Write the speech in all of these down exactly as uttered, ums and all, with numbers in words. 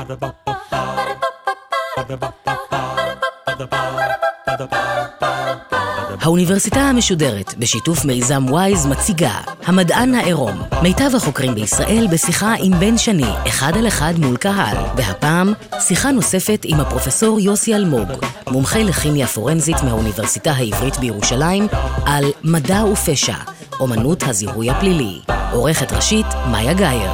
האוניברסיטה המשודרת בשיתוף מיזם וויז מציגה המדען העירום, מיטב החוקרים בישראל בשיחה עם בן שני, אחד על אחד מול קהל, והפעם שיחה נוספת עם הפרופסור יוסי אלמוג, מומחה לכימיה פורנזית מהאוניברסיטה העברית בירושלים, על מדע ופשע, אומנות הזיהוי הפלילי. עורכת ראשית מאיה גייר.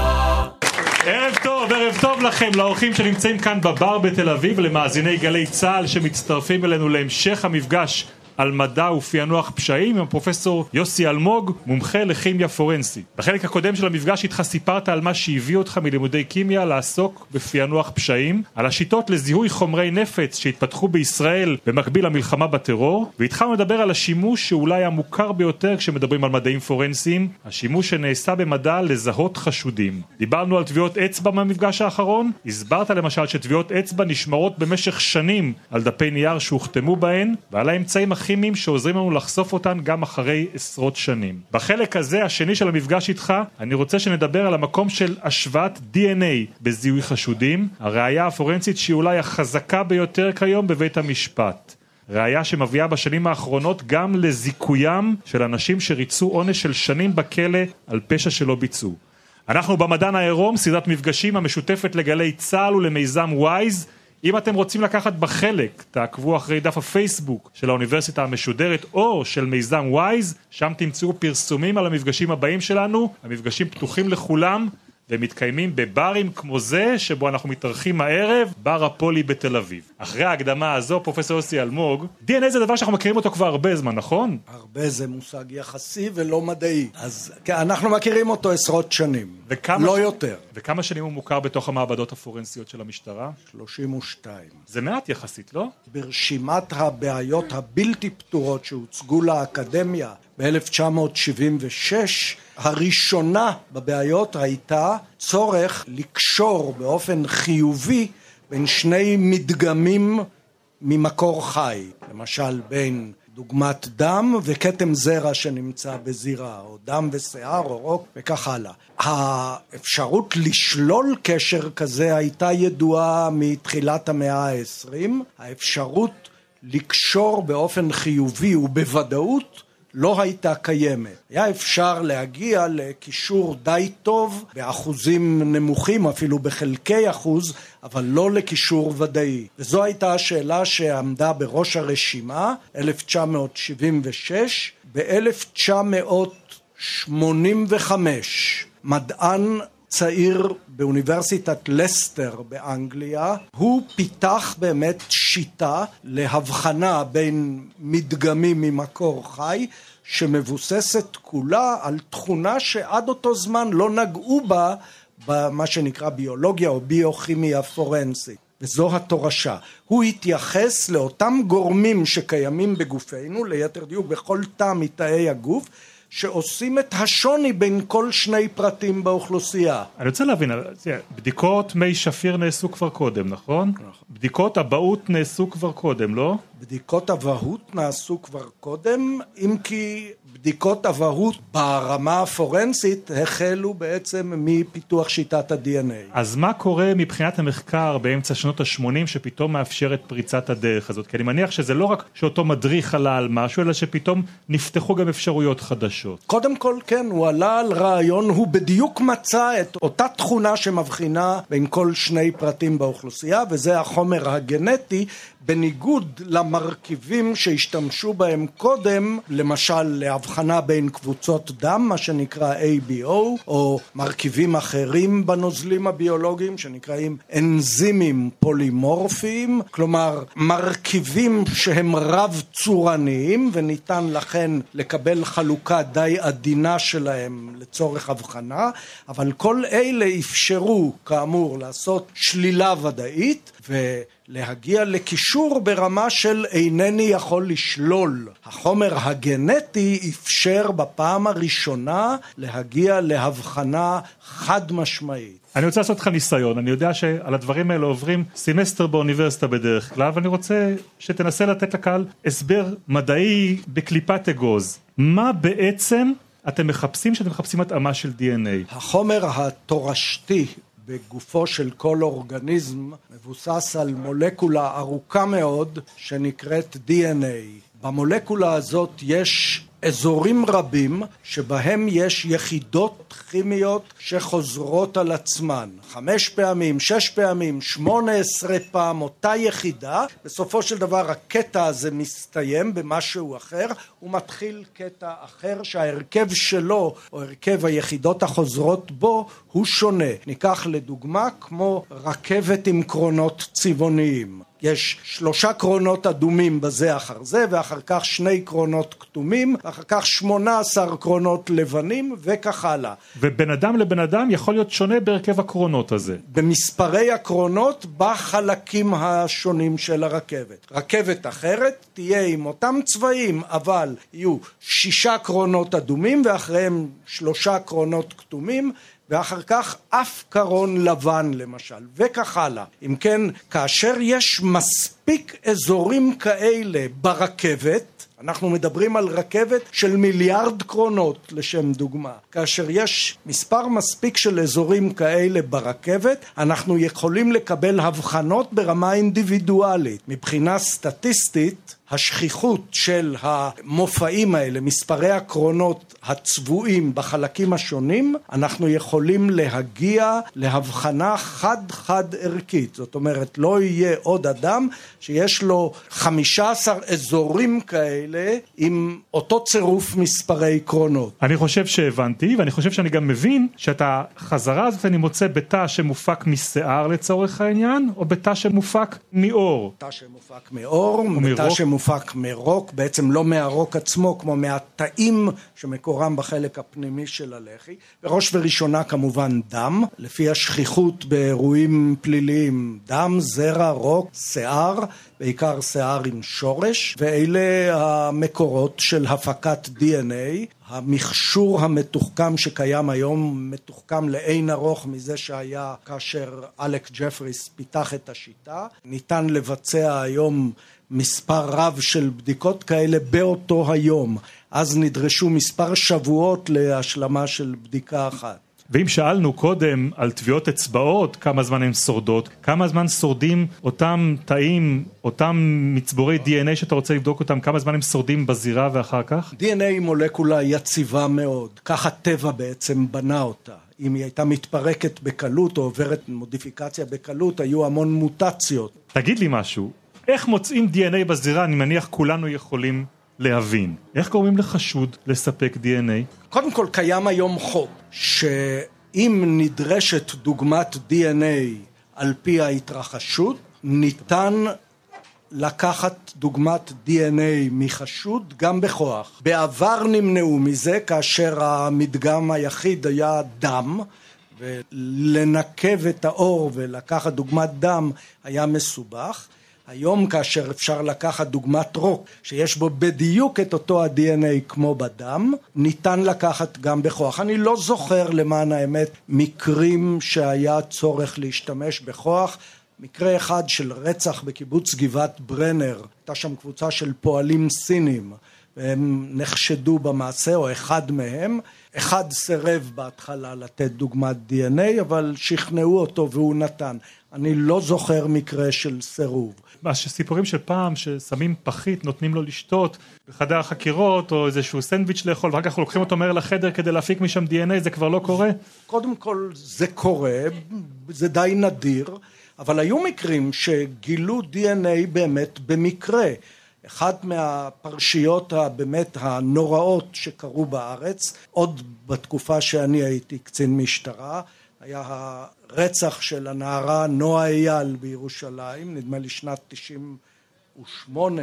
ערב טוב, ערב טוב לכם, לאורחים שנמצאים כאן בבר בתל אביב, למאזיני גלי צהל שמצטרפים אלינו להמשך המפגש על מדע ופענוח פשעים עם הפרופסור יוסי אלמוג, מומחה לכימיה פורנזית. בחלק הקודם של המפגש איתך סיפרת על מה שהביא אותך מלימודי כימיה לעסוק בפענוח פשעים, על השיטות לזיהוי חומרי נפץ שהתפתחו בישראל במקביל למלחמה בטרור, והתחלנו לדבר על השימוש שאולי המוכר ביותר כשמדברים על מדעים פורנזיים, השימוש שנעשה במדע לזהות חשודים. דיברנו על טביעות אצבע מהמפגש האחרון, הסברת למשל שטביעות אצבע נשמרות במשך שנים על דפי נייר שהוחתמו בהן, ועל האמצעים כימיים שעוזרים לנו לחשוף אותן גם אחרי עשרות שנים. בחלק הזה, השני של המפגש איתך, אני רוצה שנדבר על המקום של השוואת די אן איי בזיהוי חשודים, הראייה הפורנזית שהיא אולי החזקה ביותר כיום בבית המשפט. ראייה שמביאה בשנים האחרונות גם לזיכויים של אנשים שריצו עונש של שנים בכלא על פשע שלא ביצעו. אנחנו במדען העירום, סדרת מפגשים המשותפת לגלי צהל ולמיזם וויז. אם אתם רוצים לקחת בחלק, תעקבו אחרי דף הפייסבוק של האוניברסיטה המשודרת או של מיזם וויז, שם תמצאו פרסומים על המפגשים הבאים שלנו. המפגשים פתוחים לכולם ומתקיימים בברים כמו זה שבו אנחנו מתארחים הערב, בר הפולי בתל אביב. אחרי ההקדמה הזו, פרופסור יוסי אלמוג, די אן איי זה דבר שאנחנו מכירים אותו כבר הרבה זמן, נכון? הרבה זה מושג יחסי ולא מדעי. אז אנחנו מכירים אותו עשרות שנים, לא יותר. וכמה שנים הוא מוכר בתוך המעבדות הפורנזיות של המשטרה? שלושים ושתיים. זה מעט יחסית, לא? ברשימת הבעיות הבלתי פתורות שהוצגו לאקדמיה ב-אלף תשע מאות שבעים ושש, הראשונה בבעיות הייתה צורך לקשור באופן חיובי בין שני מדגמים ממקור חי, למשל בין דוגמת דם וכתם זרע שנמצא בזירה, או דם ושיער או רוק וכך הלאה. האפשרות לשלול קשר כזה הייתה ידועה מתחילת המאה ה-עשרים, האפשרות לקשור באופן חיובי ובוודאות לא הייתה קיימת. היה אפשר להגיע לקישור די טוב באחוזים נמוכים, אפילו בחלקי אחוז, אבל לא לקישור ודאי. וזו הייתה השאלה שעמדה בראש הרשימה, אלף תשע מאות שבעים ושש. ב-אלף תשע מאות שמונים וחמש, מדען צעיר באוניברסיטת לסטר באנגליה, הוא פיתח באמת שיטה להבחנה בין מדגמים ממקור חי, שמבוססת כולה על תכונה שעד אותו זמן לא נגעו בה במה שנקרא ביולוגיה או ביוכימיה פורנזית. וזו התורשה. הוא התייחס לאותם גורמים שקיימים בגופנו, ליתר דיוק בכל תא מתאי הגוף, שעושים את השוני בין כל שני פרטים באוכלוסייה. אני רוצה להבין, בדיקות מי שפיר נעשו כבר קודם, נכון? נכון. בדיקות אבהות נעשו כבר קודם, לא? בדיקות אבהות נעשו כבר קודם, אם כי בדיקות אבהות ברמה הפורנזית החלו בעצם מפיתוח שיטת ה-די אן איי. אז מה קורה מבחינת המחקר באמצע שנות ה-שמונים שפתאום מאפשר את פריצת הדרך הזאת? כי אני מניח שזה לא רק שאותו מדריך עלה על משהו, אלא שפתאום נפתחו גם אפשרויות חדשות. קודם כל כן, הוא עלה על רעיון, הוא בדיוק מצא את אותה תכונה שמבחינה בין כל שני פרטים באוכלוסייה, וזה החומר הגנטי, בניגוד למרכיבים שהשתמשו בהם קודם, למשל להבחנה בין קבוצות דם, מה שנקרא איי בי או, או מרכיבים אחרים בנוזלים הביולוגיים שנקראים אנזימים פולימורפיים, כלומר מרכיבים שהם רב צורניים וניתן לכן לקבל חלוקה די עדינה שלהם לצורך הבחנה, אבל כל אלה אפשרו כאמור לעשות שלילה ודאית ולהגיע לקישור ברמה של אינני יכול לשלול. החומר הגנטי אפשר בפעם הראשונה להגיע להבחנה חד משמעית. אני רוצה לעשות לך ניסיון, אני יודע שעל הדברים האלה עוברים סמסטר באוניברסיטה בדרך כלל, ואני רוצה שתנסה לתת לקהל הסבר מדעי בקליפת אגוז. מה בעצם אתם מחפשים שאתם מחפשים התאמה של די אן איי? החומר התורשתי בגופו של כל אורגניזם מבוסס על מולקולה ארוכה מאוד שנקראת די אן איי. במולקולה הזאת יש אזורים רבים שבהם יש יחידות כימיות שחוזרות על עצמן. חמש פעמים, שש פעמים, שמונה עשרה פעם אותה יחידה. בסופו של דבר הקטע הזה מסתיים במשהו אחר, ומתחיל קטע אחר שההרכב שלו או הרכב היחידות החוזרות בו הוא שונה. ניקח לדוגמה כמו רכבת עם קרונות צבעוניים. יש שלושה קרונות אדומים בזה אחר זה, ואחר כך שני קרונות כתומים, ואחר כך שמונה עשר קרונות לבנים, וכך הלאה. ובן אדם לבן אדם יכול להיות שונה בהרכב הקרונות הזה. במספרי הקרונות בחלקים השונים של הרכבת. רכבת אחרת תהיה עם אותם צבעים, אבל יהיו שישה קרונות אדומים, ואחריהם שלושה קרונות כתומים, ואחר כך אף קרון לבן למשל, וכך הלאה. אם כן, כאשר יש מספיק אזורים כאלה ברכבת, אנחנו מדברים על רכבת של מיליארד קרונות לשם דוגמה. כאשר יש מספר מספיק של אזורים כאלה ברכבת, אנחנו יכולים לקבל הבחנות ברמה אינדיבידואלית. מבחינה סטטיסטית, השכיחות של המופעים האלה, מספרי הקרונות הצבועים בחלקים השונים, אנחנו יכולים להגיע להבחנה חד-חד ערכית. זאת אומרת, לא יהיה עוד אדם שיש לו חמישה עשר אזורים כאלה עם אותו צירוף מספרי קרונות. אני חושב שהבנתי, ואני חושב שאני גם מבין שאת החזרה הזאת אני מוצא בתא שמופק משיער לצורך העניין, או בתא שמופק מאור. תא שמופק מאור, בתא שמופק מופק מרוק, בעצם לא מהרוק עצמו, כמו מהתאים שמקורם בחלק הפנימי של הלחי. בראש וראשונה כמובן דם, לפי השכיחות באירועים פליליים, דם, זרע, רוק, שיער, בעיקר שיער עם שורש, ואלה המקורות של הפקת די אן איי. המכשור המתוחכם שקיים היום מתוחכם לאין ארוך מזה שהיה כאשר אלק ג'פריס פיתח את השיטה. ניתן לבצע היום מספר רב של בדיקות כאלה באותו היום. אז נדרשו מספר שבועות להשלמה של בדיקה אחת. ואם שאלנו קודם על טביעות אצבעות, כמה זמן הן שורדות, כמה זמן שורדים אותם תאים, אותם מצבורי די אן איי שאתה רוצה לבדוק אותם, כמה זמן הם שורדים בזירה ואחר כך? די אן איי היא מולקולה יציבה מאוד, כך הטבע בעצם בנה אותה. אם היא הייתה מתפרקת בקלות או עוברת מודיפיקציה בקלות, היו המון מוטציות. תגיד לי משהו, איך מוצאים די אן איי בזירה? אני מניח כולנו יכולים להבין. איך גורמים לחשוד לספק די אן איי? קודם כל קיים היום חוק, שאם נדרשת דוגמת די אן איי על פי ההתרחשות, ניתן לקחת דוגמת די אן איי מחשוד גם בכוח. בעבר נמנעו מזה כאשר המדגם היחיד היה דם, ולנקב את האור ולקחת דוגמת דם היה מסובך. היום כאשר אפשר לקחת דוגמת רוק שיש בו בדיוק את אותו ה-די אן איי כמו בדם, ניתן לקחת גם בכוח. אני לא זוכר למען האמת מקרים שהיה צורך להשתמש בכוח. מקרה אחד של רצח בקיבוץ גבעת ברנר, הייתה שם קבוצה של פועלים סינים, והם נחשדו במעשה, או אחד מהם. אחד סירב בהתחלה לתת דוגמת די אן איי, אבל שכנעו אותו והוא נתן. אני לא זוכר מקרה של סירוב. סיפורים של פעם ששמים פחית, נותנים לו לשתות בחדר החקירות, או איזשהו סנדוויץ' לאכול, ואחר כך לוקחים אותו מהר לחדר כדי להפיק משם די אן איי, זה כבר לא קורה? קודם כל זה קורה, זה די נדיר, אבל היו מקרים שגילו די אן איי באמת במקרה. אחת מהפרשיות הבאמת הנוראות שקרו בארץ, עוד בתקופה שאני הייתי קצין משטרה, היה הרצח של הנערה נועה אייל בירושלים, נדמה לי שנת תשעים ושמונה,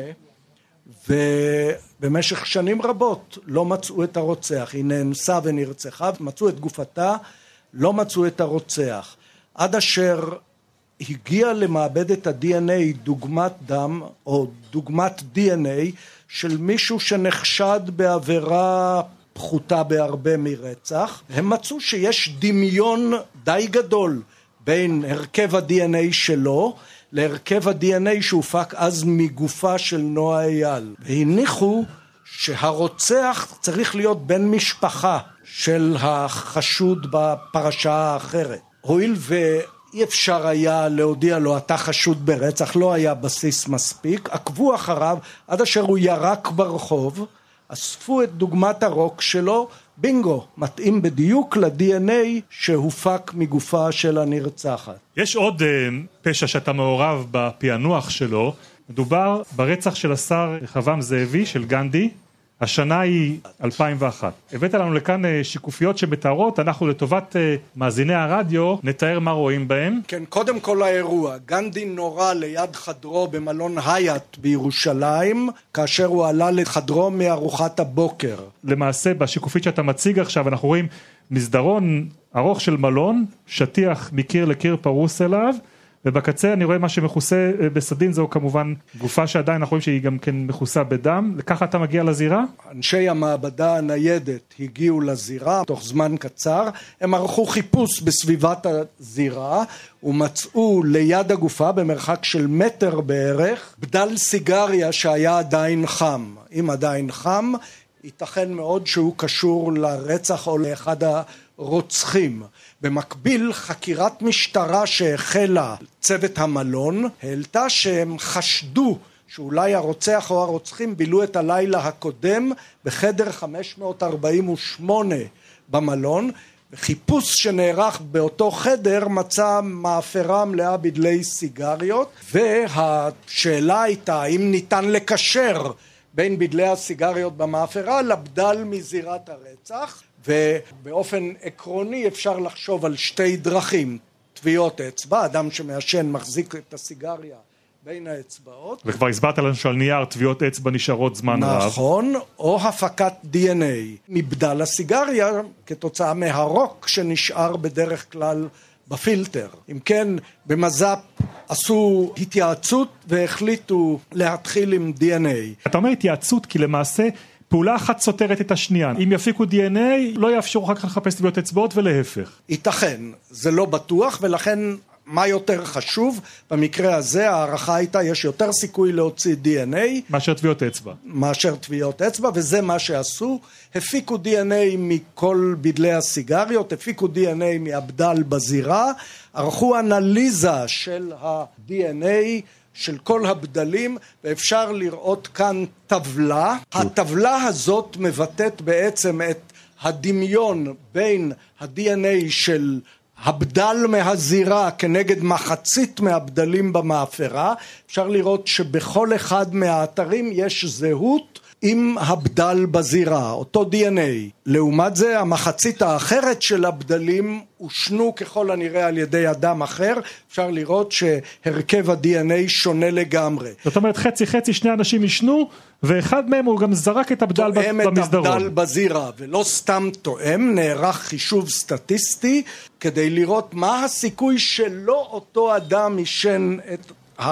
ובמשך שנים רבות לא מצאו את הרוצח. היא נאנסה ונרצחה, מצאו את גופתה, לא מצאו את הרוצח. עד אשר הגיע למעבדת ה-די אן איי דוגמת דם או דוגמת די אן איי של מישהו שנחשד בעבירה פחותה בהרבה מרצח. הם מצאו שיש דמיון די גדול בין הרכב ה-די אן איי שלו להרכב ה-די אן איי שהופק אז מגופה של נועה אייל. והניחו שהרוצח צריך להיות בן משפחה של החשוד בפרשה האחרת. הואיל ואי אפשר היה להודיע לו אתה חשוד ברצח, לא היה בסיס מספיק, עקבו אחריו עד אשר הוא ירק ברחוב, אספו את דוגמת הרוק שלו, בינגו, מתאים בדיוק ל-די אן איי שהופק מגופה של הנרצחת. יש עוד uh, פשע שאתה מעורב בפענוח שלו, מדובר ברצח של השר רחבעם זאבי של גנדי, השנה היא אלפיים ואחת. הבאת לנו לכאן שיקופיות שמתארות, אנחנו לטובת מאזיני הרדיו נתאר מה רואים בהם. כן, קודם כל האירוע, גנדי נורה ליד חדרו במלון היאט בירושלים, כאשר הוא עלה לחדרו מארוחת הבוקר. למעשה בשיקופית שאתה מציג עכשיו אנחנו רואים מסדרון ארוך של מלון, שטיח מקיר לקיר פרוס אליו, ובקצה אני רואה מה שמכוסה בסדין, זו כמובן גופה שעדיין אנחנו רואים שהיא גם כן מכוסה בדם. לככה אתה מגיע לזירה? אנשי המעבדה הניידת הגיעו לזירה תוך זמן קצר, הם ערכו חיפוש בסביבת הזירה ומצאו ליד הגופה במרחק של מטר בערך בדל סיגריה שהיה עדיין חם. אם עדיין חם ייתכן מאוד שהוא קשור לרצח או לאחד הרוצחים. במקביל חקירת משטרה שהחלה צוות המלון העלתה שהם חשדו שאולי הרוצח או הרוצחים בילו את הלילה הקודם בחדר חמש מאות ארבעים ושמונה במלון, וחיפוש שנערך באותו חדר מצא מאפרה מלאה בדלי סיגריות, והשאלה הייתה האם ניתן לקשר בין בדלי הסיגריות במאפרה לבדל מזירת הרצח, ובאופן עקרוני אפשר לחשוב על שתי דרכים: טביעות אצבע, אדם שמעשן מחזיק את הסיגריה בין האצבעות, וכבר הסברת לנו שעל נייר טביעות אצבע נשארות זמן רב, נכון, או הפקת די אן איי מבדל הסיגריה כתוצאה מהרוק שנשאר בדרך כלל בפילטר. אם כן, במז"פ עשו התייעצות והחליטו להתחיל עם די אן איי. אתה אומר התייעצות כי למעשה פעולה אחת סותרת את השנייה. אם יפיקו די אן איי לא יאפשרו אחר כך לחפש טביעות אצבעות ולהפך. ייתכן, זה לא בטוח, ולכן מה יותר חשוב? במקרה הזה הערכה הייתה יש יותר סיכוי להוציא די אן איי מאשר טביעות אצבע. מאשר טביעות אצבע, וזה מה שעשו. הפיקו די אן איי מכל בדלי הסיגריות, הפיקו די אן איי מהבדל בזירה, ערכו אנליזה של ה-די אן איי של כל הבדלים, ואפשר לראות כאן טבלה. הטבלה הזאת מבטאת בעצם את הדמיון בין ה-די אן איי של הבדל מהזירה כנגד מחצית מהבדלים במאפרה. אפשר לראות שבכל אחד מהאתרים יש זהות עם הבדל בזירה, אותו די אן איי. לעומת זה, המחצית האחרת של הבדלים הושנו ככל הנראה על ידי אדם אחר. אפשר לראות שהרכב ה-די אן איי שונה לגמרי. זאת אומרת, חצי חצי שני אנשים ישנו, ואחד מהם הוא גם זרק את הבדל במסדרון. תואם את הבדל בזירה, ולא סתם תואם, נערך חישוב סטטיסטי, כדי לראות מה הסיכוי שלא אותו אדם ישן את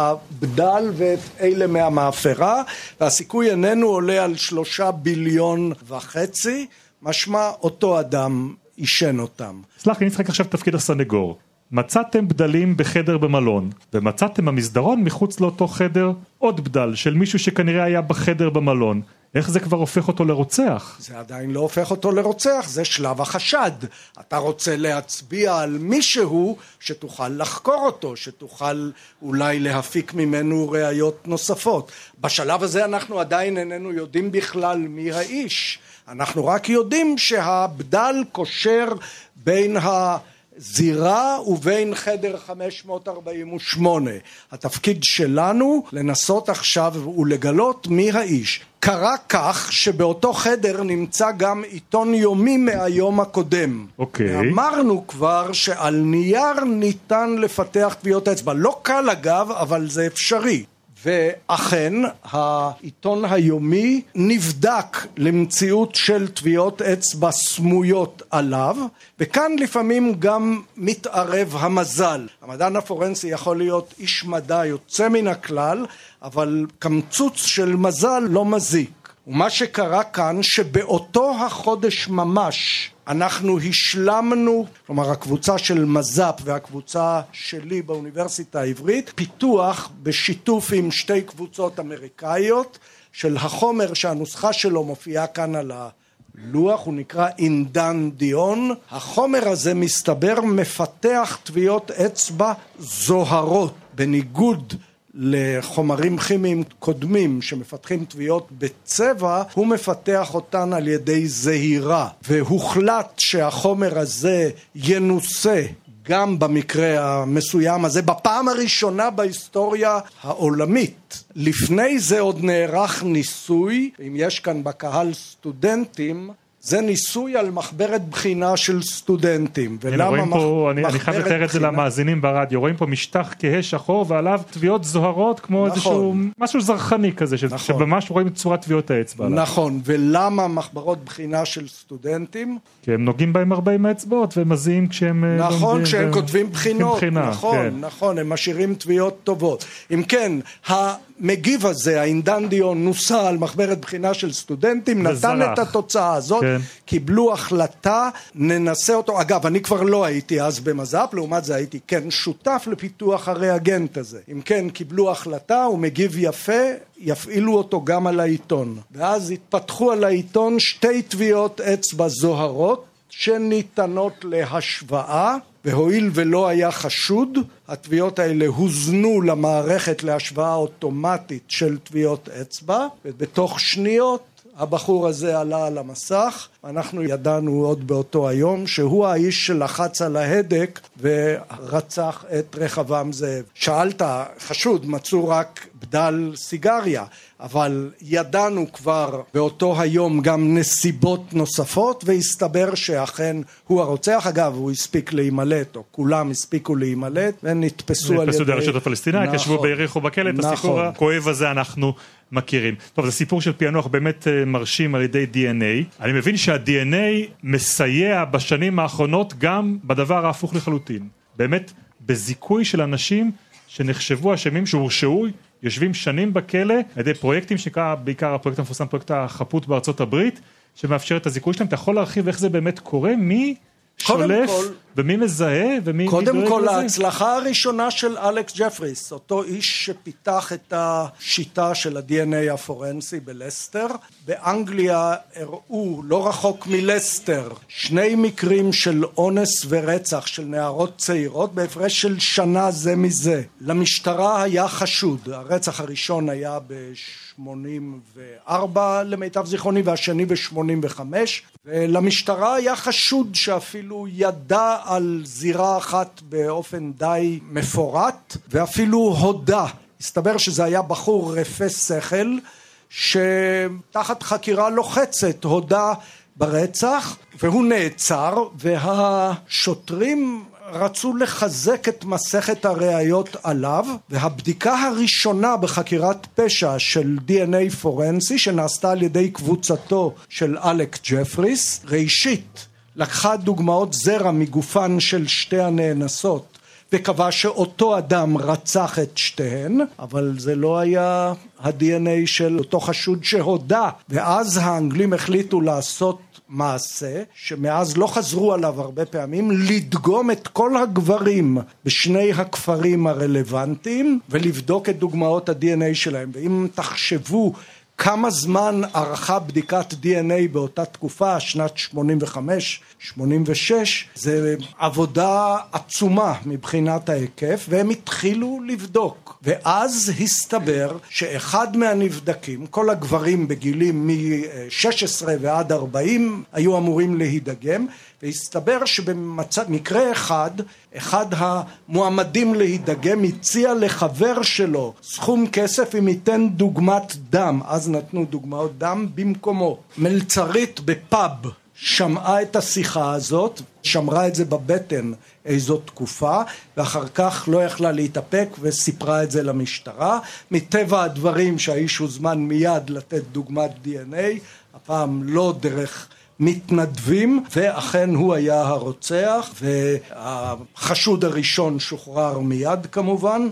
הבדל ואת אלה מהמאפרה, והסיכוי איננו עולה על שלושה ביליון וחצי, משמע אותו אדם ישן אותם. סלח לי, אני צריך עכשיו תפקיד הסנגור. מצאתם בדלים בחדר במלון, ומצאתם במסדרון מחוץ לאותו חדר עוד בדל של מישהו שכנראה היה בחדר במלון. איך זה כבר הופך אותו לרוצח? זה עדיין לא הופך אותו לרוצח, זה שלב החשד. אתה רוצה להצביע על מישהו שתוכל לחקור אותו, שתוכל אולי להפיק ממנו ראיות נוספות. בשלב הזה אנחנו עדיין איננו יודעים בכלל מי האיש. אנחנו רק יודעים שהבדל קושר בין ה... זירה ובין חדר חמש מאות ארבעים ושמונה. התפקיד שלנו לנסות עכשיו ולגלות מי האיש. קרה כך שבאותו חדר נמצא גם עיתון יומי מהיום הקודם. אוקיי. אמרנו כבר שעל נייר ניתן לפתח טביעות אצבע. לא קל אגב, אבל זה אפשרי. ואכן העיתון היומי נבדק למציאות של טביעות אצבע סמויות עליו, וכאן לפעמים גם מתערב המזל. המדען הפורנסי יכול להיות איש מדע יוצא מן הכלל, אבל קמצוץ של מזל לא מזיק. ומה שקרה כאן שבאותו החודש ממש אנחנו השלמנו, כלומר הקבוצה של מז"פ והקבוצה שלי באוניברסיטה העברית, פיתוח בשיתוף עם שתי קבוצות אמריקאיות של החומר שהנוסחה שלו מופיעה כאן על לוח, הוא נקרא אינדן דיון. החומר הזה מסתבר מפתח טביעות אצבע זוהרות, בניגוד לחומרים כימיים קודמים שמפתחים טביעות בצבע, הוא מפתח אותן על ידי זהירה, והוחלט שהחומר הזה ינוסה גם במקרה המסוים הזה בפעם הראשונה בהיסטוריה העולמית. לפני זה עוד נערך ניסוי, אם יש כאן בקהל סטודנטים, זה ניסוי על מחברת בחינה של סטודנטים. ולמה מח... פה, אני, אני חייב לתאר את זה למאזינים ברדיו. רואים פה משטח כהה שחור ועליו טביעות זוהרות כמו נכון. איזשהו משהו זרחני כזה, ש... נכון. שממש רואים את צורת טביעות האצבע. נכון, עליו. ולמה מחברות בחינה של סטודנטים? כי הם נוגעים בהם הרבה עם האצבעות ומזיעים כשהם... נכון, כשהם ו... כותבים בחינות. בחינה, נכון, כן. נכון, הם משאירים טביעות טובות. אם כן, המגיב הזה, האינדן דיון, נוסה על מחברת בחינה של סטודנטים, נתן את התוצאה הזאת. כן. קיבלו החלטה, ננסה אותו. אגב, אני כבר לא הייתי אז במז"פ, לעומת זה הייתי כן שותף לפיתוח הריאגנט הזה. אם כן, קיבלו החלטה, הוא מגיב יפה, יפעילו אותו גם על העיתון. ואז התפתחו על העיתון שתי טביעות אצבע זוהרות, שניתנות להשוואה, והואיל ולא היה חשוד, הטביעות האלה הוזנו למערכת להשוואה אוטומטית של טביעות אצבע, ובתוך שניות הבחור הזה עלה על המסך. אנחנו ידענו עוד באותו היום שהוא האיש שלחץ על ההדק ורצח את רחבעם זאב. שאלת, חשוד, מצאו רק בדל סיגריה, אבל ידענו כבר באותו היום גם נסיבות נוספות, והסתבר שאכן הוא הרוצח. אגב, הוא הספיק להימלט, או כולם הספיקו להימלט, ונתפסו על ידי... נתפסו דרך הרשות הפלסטינית, נכון, ישבו ביריחו בכלא, את נכון. הסיפור הכואב הזה אנחנו מכירים. טוב, זה סיפור של פענוח באמת מרשים על ידי די אן איי. אני מבין שה-די אן איי מסייע בשנים האחרונות גם בדבר ההפוך לחלוטין. באמת, בזיכוי של אנשים שנחשבו אשמים, שהורשעו, יושבים שנים בכלא, על ידי פרויקטים שנקרא, בעיקר הפרויקט המפורסם, פרויקט החפות בארצות הברית, שמאפשר את הזיכוי שלהם. אתה יכול להרחיב איך זה באמת קורה? מי שולף כל, ומי מזהה ומי קודם כל לזה? ההצלחה הראשונה של אלכס ג'פריס, אותו איש שפיתח את השיטה של ה-די אן איי הפורנסי בלסטר. באנגליה הראו, לא רחוק מלסטר, שני מקרים של אונס ורצח של נערות צעירות בהפרש של שנה זה מזה. למשטרה היה חשוד, הרצח הראשון היה ב-שמונים וארבע למיטב זיכרוני, והשני ב-שמונים וחמש, ולמשטרה היה חשוד שאפילו ידע על זירה אחת באופן די מפורט, ואפילו הודה. הסתבר שזה היה בחור רפה שכל, שתחת חקירה לוחצת הודה ברצח, והוא נעצר, והשוטרים רצו לחזק את מסכת הראיות עליו, והבדיקה הראשונה בחקירת פשע של די אן איי פורנסי, שנעשתה על ידי קבוצתו של אלכס ג'פריס, ראשית לקחה דוגמאות זרע מגופן של שתי הנאנסות, וקבע שאותו אדם רצח את שתיהן, אבל זה לא היה ה-די אן איי של אותו חשוד שהודה. ואז האנגלים החליטו לעשות מעשה, שמאז לא חזרו עליו הרבה פעמים, לדגום את כל הגברים בשני הכפרים הרלוונטיים, ולבדוק את דוגמאות ה-די אן איי שלהם. ואם תחשבו כמה זמן ערכה בדיקת די אן איי באותה תקופה, שנת שמונים וחמש שמונים ושש, זה עבודה עצומה מבחינת ההיקף, והם התחילו לבדוק. ואז הסתבר שאחד מהנבדקים, כל הגברים בגילים מ-שש עשרה ועד ארבעים, היו אמורים להידגם, והסתבר שבמקרה אחד, אחד המועמדים להידגם הציע לחבר שלו סכום כסף אם ייתן דוגמת דם. אז נתנו דוגמאות דם במקומו. מלצרית בפאב שמעה את השיחה הזאת, שמרה את זה בבטן איזו תקופה, ואחר כך לא יכלה להתאפק וסיפרה את זה למשטרה. מטבע הדברים שהאיש הוזמן מיד לתת דוגמת די אן איי, הפעם לא דרך מתנדבים, ואכן הוא היה הרוצח, והחשוד הראשון שוחרר מיד כמובן,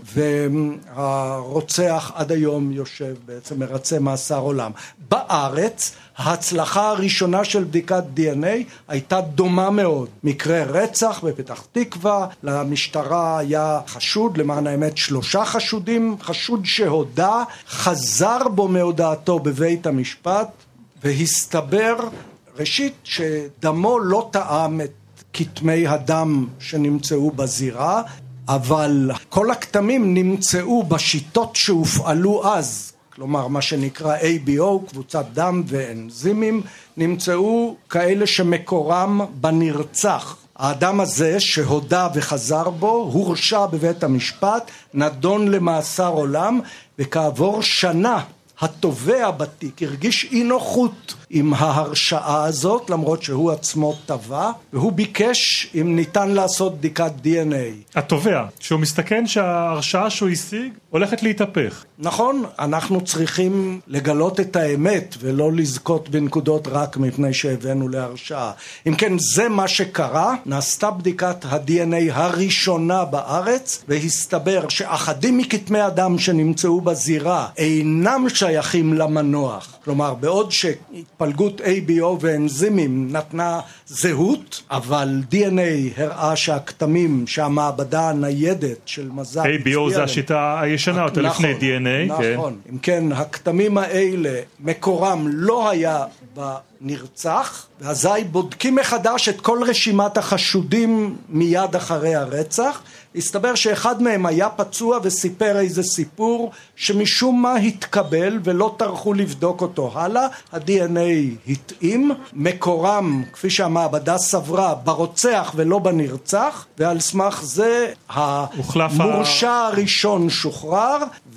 והרוצח עד היום יושב בעצם מרצה מאסר עולם. בארץ ההצלחה הראשונה של בדיקת די אן איי הייתה דומה מאוד. מקרה רצח בפתח תקווה, למשטרה היה חשוד, למען האמת שלושה חשודים, חשוד שהודה, חזר בו מהודעתו בבית המשפט, והסתבר ראשית, שדמו לא טעם את כתמי הדם שנמצאו בזירה, אבל כל הכתמים נמצאו בשיטות שהופעלו אז, כלומר מה שנקרא איי בי או, קבוצת דם ואנזימים, נמצאו כאלה שמקורם בנרצח. האדם הזה שהודה וחזר בו, הורשע בבית המשפט, נדון למאסר עולם, וכעבור שנה התובע בתיק הרגיש אי נוחות עם ההרשעה הזאת, למרות שהוא עצמו תבע, והוא ביקש אם ניתן לעשות בדיקת די אן איי. התובע, שהוא מסתכן שההרשעה שהוא השיג הולכת להתהפך. נכון, אנחנו צריכים לגלות את האמת ולא לזכות בנקודות רק מפני שהבאנו להרשעה. אם כן, זה מה שקרה, נעשתה בדיקת ה-די אן איי הראשונה בארץ, והסתבר שאחדים מכתמי הדם שנמצאו בזירה אינם שייכים למנוח. כלומר, בעוד שהתפלגות איי בי או ואנזימים נתנה זהות, אבל די אן איי הראה שהכתמים שהמעבדה הניידת של מזל... איי בי או זה השיטה הישנה, יותר לפני די אן איי. נכון. אם כן, הכתמים האלה, מקורם לא היה בנרצח, ואזי בודקים מחדש את כל רשימת החשודים מיד אחרי הרצח. הסתבר שאחד מהם היה פצוע וסיפר איזה סיפור שמשום מה התקבל ולא טרחו לבדוק אותו הלאה. ה-די אן איי התאים, מקורם, כפי שהמעבדה סברה, ברוצח ולא בנרצח, ועל סמך זה המורשע הראשון שוחרר,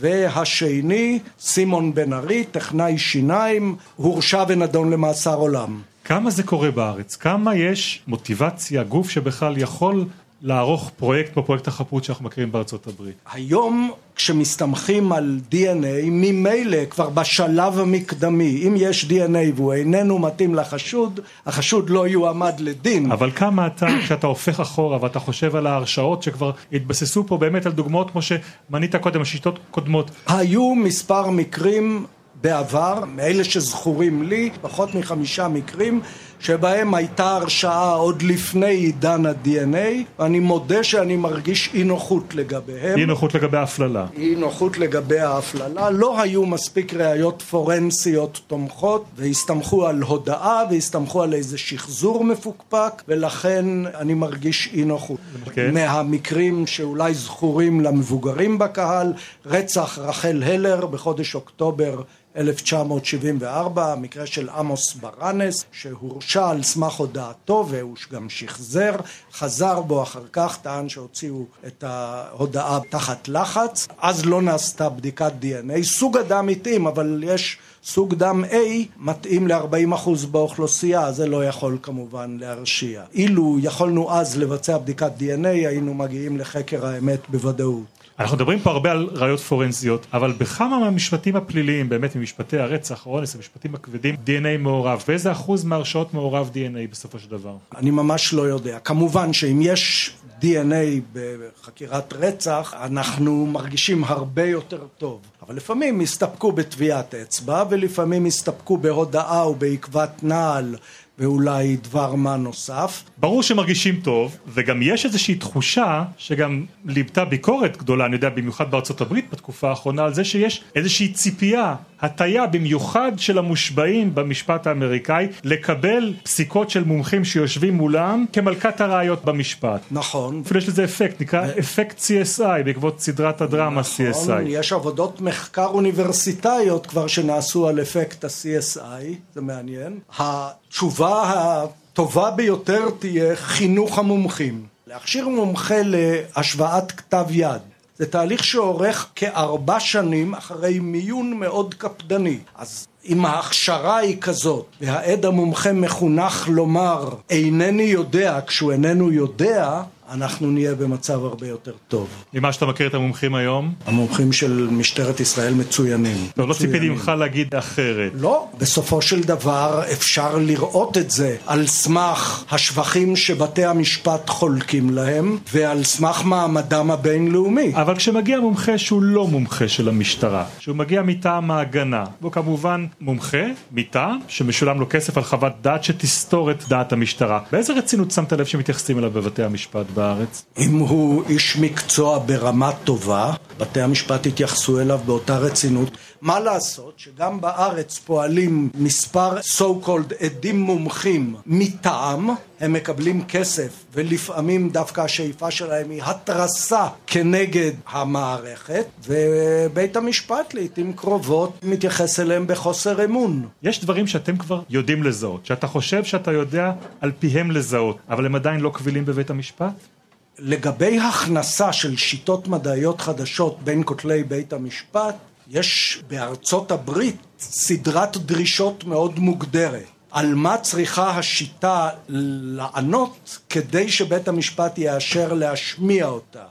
והשני, סימון בן ארי, טכנאי שיניים, הורשע ונדון למאסר עולם. כמה זה קורה בארץ? כמה יש מוטיבציה, גוף שבכלל יכול לערוך פרויקט בפרויקט החפות שאנחנו מכירים בארצות הברית? היום כשמסתמכים על די אן איי, ממילא כבר בשלב המקדמי, אם יש די אן איי והוא איננו מתאים לחשוד, החשוד לא יועמד לדין. אבל כמה אתה, כשאתה הופך אחורה ואתה חושב על ההרשאות שכבר התבססו פה באמת על דוגמאות כמו שמנית קודם, השיטות קודמות? היו מספר מקרים בעבר, מאלה שזכורים לי, פחות מחמישה מקרים, שבהם הייתה הרשעה עוד לפני עידן ה-די אן איי, ואני מודה שאני מרגיש אי נוחות לגביהם. אי נוחות לגבי ההפללה. אי נוחות לגבי ההפללה. לא היו מספיק ראיות פורנסיות תומכות, והסתמכו על הודעה, והסתמכו על איזה שחזור מפוקפק, ולכן אני מרגיש אי נוחות. Okay. מהמקרים שאולי זכורים למבוגרים בקהל, רצח רחל הלר בחודש אוקטובר אלף תשע מאות שבעים וארבע, המקרה של עמוס ברנס, שהורשע על סמך הודעתו והוא גם שחזר, חזר בו אחר כך, טען שהוציאו את ההודעה תחת לחץ, אז לא נעשתה בדיקת די אן איי, סוג הדם מתאים, אבל יש סוג דם A מתאים ל-ארבעים אחוז באוכלוסייה, זה לא יכול כמובן להרשיע. אילו יכולנו אז לבצע בדיקת די אן איי, היינו מגיעים לחקר האמת בוודאות. אנחנו מדברים פה הרבה על ראיות פורנזיות, אבל בכמה מהמשפטים הפליליים, באמת ממשפטי הרצח, האונס, המשפטים הכבדים, די אן איי מעורב? באיזה אחוז מהרשעות מעורב די אן איי בסופו של דבר? אני ממש לא יודע. כמובן שאם יש די אן איי בחקירת רצח, אנחנו מרגישים הרבה יותר טוב. אבל לפעמים הסתפקו בטביעת אצבע, ולפעמים הסתפקו בהודעה או בעקבת נעל, ואולי דבר מה נוסף. ברור שמרגישים טוב, וגם יש איזושהי תחושה שגם ליבתה ביקורת גדולה, אני יודע, במיוחד בארצות הברית בתקופה האחרונה, על זה שיש איזושהי ציפייה, הטיה במיוחד של המושבעים במשפט האמריקאי, לקבל פסיקות של מומחים שיושבים מולם כמלכת הראיות במשפט. נכון. אפילו יש לזה אפקט, נקרא ו... אפקט סי אס איי, בעקבות סדרת הדרמה נכון, סי אס איי. יש עבודות מחקר אוניברסיטאיות כבר שנעשו על אפקט ה-סי אס איי, זה מעניין. התשובה הטובה ביותר תהיה חינוך המומחים. להכשיר מומחה להשוואת כתב יד. זה תהליך שעורך כארבע שנים אחרי מיון מאוד קפדני. אז אם ההכשרה היא כזאת, והעד המומחה מחונך לומר, אינני יודע, כשהוא איננו יודע, אנחנו נהיה במצב הרבה יותר טוב. למה שאתה מכיר את המומחים היום? המומחים של משטרת ישראל מצוינים. לא, לא ציפיתי ממך להגיד אחרת. לא, בסופו של דבר אפשר לראות את זה על סמך השבחים שבתי המשפט חולקים להם, ועל סמך מעמדם הבינלאומי. אבל כשמגיע מומחה שהוא לא מומחה של המשטרה, שהוא מגיע מטעם ההגנה, הוא כמובן מומחה, מטעם, שמשולם לו כסף על חוות דעת שתסתור את דעת המשטרה. באיזה רצינות שמת לב שמתייחסים אליו בבתי המשפט? בארץ? אם הוא איש מקצוע ברמה טובה, בתי המשפט התייחסו אליו באותה רצינות. מה לעשות שגם בארץ פועלים מספר so called עדים מומחים מטעם, הם מקבלים כסף ולפעמים דווקא השאיפה שלהם היא התרסה כנגד המערכת, ובית המשפט לעתים קרובות מתייחס אליהם בחוסר אמון. יש דברים שאתם כבר יודעים לזהות, שאתה חושב שאתה יודע על פיהם לזהות, אבל הם עדיין לא קבילים בבית המשפט? לגבי הכנסה של שיטות מדעיות חדשות בין כותלי בית המשפט, יש בארצות הברית סדרת דרישות מאוד מוגדרת. על מה צריכה השיטה לענות כדי שבית המשפט יאשר להשמיע אותה.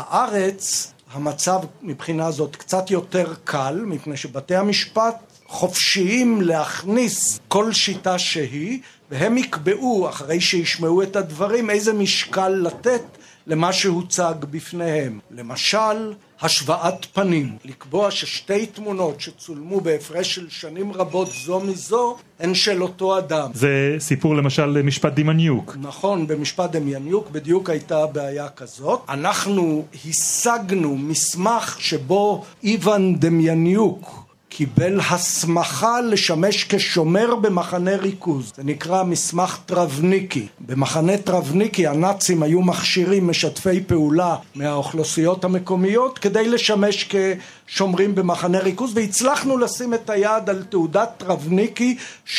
בארץ המצב מבחינה זאת קצת יותר קל, מפני שבתי המשפט חופשיים להכניס כל שיטה שהיא, והם יקבעו אחרי שישמעו את הדברים איזה משקל לתת למה שהוצג בפניהם. למשל, השוואת פנים. לקבוע ששתי תמונות שצולמו בהפרש של שנים רבות זו מזו, הן של אותו אדם. זה סיפור למשל משפט דמיאניוק. נכון, במשפט דמיאניוק בדיוק הייתה בעיה כזאת. אנחנו השגנו מסמך שבו איוון דמיאניוק קיבל הסמכה לשמש כשומר במחנה ריכוז. זה נקרא מסמך טרבניקי. במחנה טרבניקי הנאצים היו מכשירים משתפי פעולה מהאוכלוסיות המקומיות כדי לשמש כשומרים במחנה ריכוז, והצלחנו לשים את היד על תעודת טרבניקי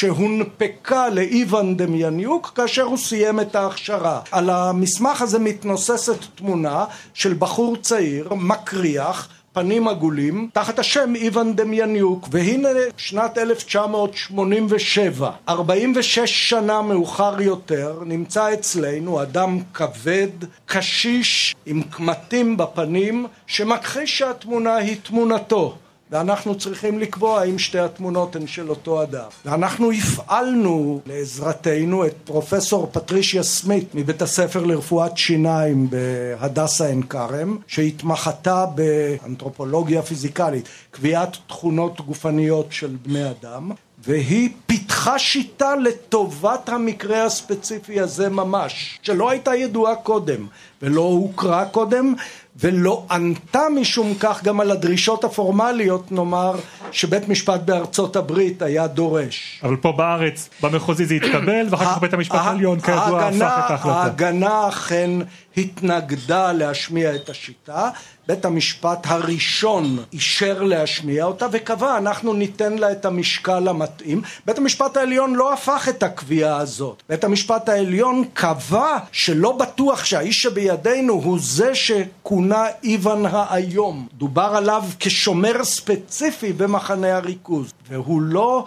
שהונפקה לאיוון דמיאניוק כאשר הוא סיים את ההכשרה. על המסמך הזה מתנוססת תמונה של בחור צעיר, מקריח, פנים עגולים, תחת השם איוון דמיאניוק, והנה שנת אלף תשע מאות שמונים ושבע, ארבעים ושש שנה מאוחר יותר, נמצא אצלנו אדם כבד, קשיש, עם קמטים בפנים, שמכחיש שהתמונה היא תמונתו. ואנחנו צריכים לקבוע אם שתי התמונות הן של אותו אדם. ואנחנו הפעלנו לעזרתנו את פרופסור פטרישיה סמית מבית הספר לרפואת שיניים בהדסה עין כרם, שהתמחתה באנתרופולוגיה פיזיקלית, קביעת תכונות גופניות של בני אדם, והיא פיתחה שיטה לטובת המקרה הספציפי הזה ממש, שלא הייתה ידועה קודם ולא הוקרא קודם, ולא ענתה משום כך גם על הדרישות הפורמליות, נאמר, שבית משפט בארצות הברית היה דורש. אבל פה בארץ, במחוזי זה התקבל, ואחר כך בית המשפט העליון כידוע הפך את ההחלטה. ההגנה אכן התנגדה להשמיע את השיטה, בית המשפט הראשון אישר להשמיע אותה וקבע אנחנו ניתן לה את המשקל המתאים. בית המשפט העליון לא הפך את הקביעה הזאת. בית המשפט העליון קבע שלא בטוח שהאיש שבידינו הוא זה שכונה איוון האיום. דובר עליו כשומר ספציפי במחנה הריכוז, והוא לא,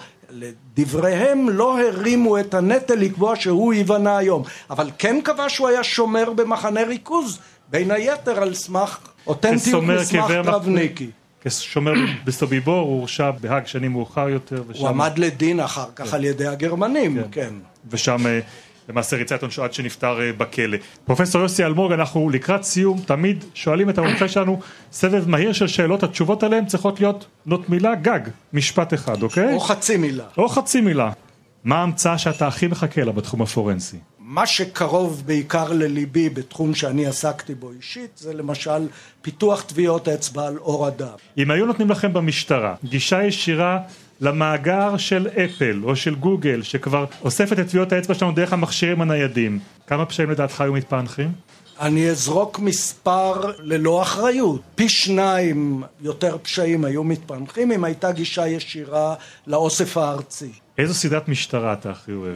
לדבריהם לא הרימו את הנטל לקבוע שהוא איוון האיום, אבל כן קבע שהוא היה שומר במחנה ריכוז, בין היתר על סמך אותנטיות מסמך טרבניקי. כשומר בסוביבור הוא הורשע בהאג שנים מאוחר יותר, ושם... הוא עמד לדין אחר כך על ידי הגרמנים, כן. ושם למעשה ריצה את עונשו עד שנפטר בכלא. פרופסור יוסי אלמוג, אנחנו לקראת סיום תמיד שואלים את המומחה שלנו סבב מהיר של שאלות, התשובות עליהן צריכות להיות נות מילה גג, משפט אחד, אוקיי? או חצי מילה. או חצי מילה. מה ההמצאה שאתה הכי מחכה לה בתחום הפורנסי? מה שקרוב בעיקר לליבי בתחום שאני עסקתי בו אישית, זה למשל פיתוח טביעות אצבע על עור אדם. אם היו נותנים לכם במשטרה גישה ישירה למאגר של אפל או של גוגל, שכבר אוספת את טביעות האצבע שלנו דרך המכשירים הניידים, כמה פשעים לדעתך היו מתפענחים? אני אזרוק מספר ללא אחריות. פי שניים יותר פשעים היו מתפענחים אם הייתה גישה ישירה לאוסף הארצי. איזו סדרת משטרה אתה הכי אוהב?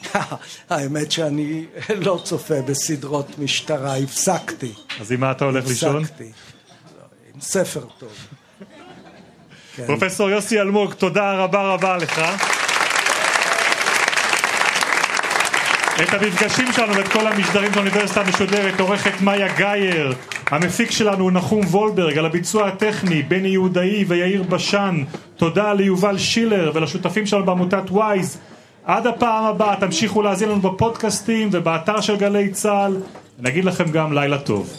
האמת שאני לא צופה בסדרות משטרה, הפסקתי. אז עם מה אתה הולך לישון? הפסקתי. עם ספר טוב. פרופסור יוסי אלמוג, תודה רבה רבה לך. את המפגשים שלנו ואת כל המשדרים של האוניברסיטה המשודרת עורכת מאיה גייר, המפיק שלנו נחום וולברג, על הביצוע הטכני בני יהודאי ויאיר בשן. תודה ליובל שילר ולשותפים שלנו בעמותת וויז. עד הפעם הבאה תמשיכו להזין לנו בפודקאסטים ובאתר של גלי צהל. נגיד לכם גם לילה טוב.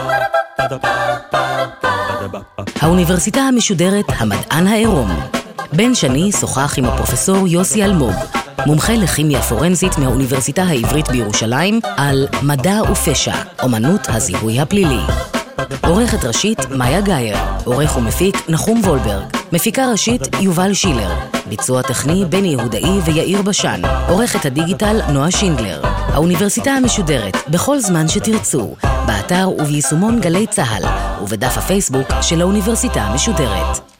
האוניברסיטה המשודרת המדען העירום. בן שני שוחח עם הפרופסור יוסי אלמוג, מומחה לכימיה פורנזית מהאוניברסיטה העברית בירושלים, על מדע ופשע, אומנות הזיהוי הפלילי. עורכת ראשית מאיה גייר, עורך ומפיק נחום וולברג, מפיקה ראשית יובל שילר, ביצוע טכני בני יהודאי ויאיר בשן, עורכת הדיגיטל נועה שינדלר. האוניברסיטה המשודרת בכל זמן שתרצו, באתר וביישומון גלי צהל ובדף הפייסבוק של האוניברסיטה המשודרת.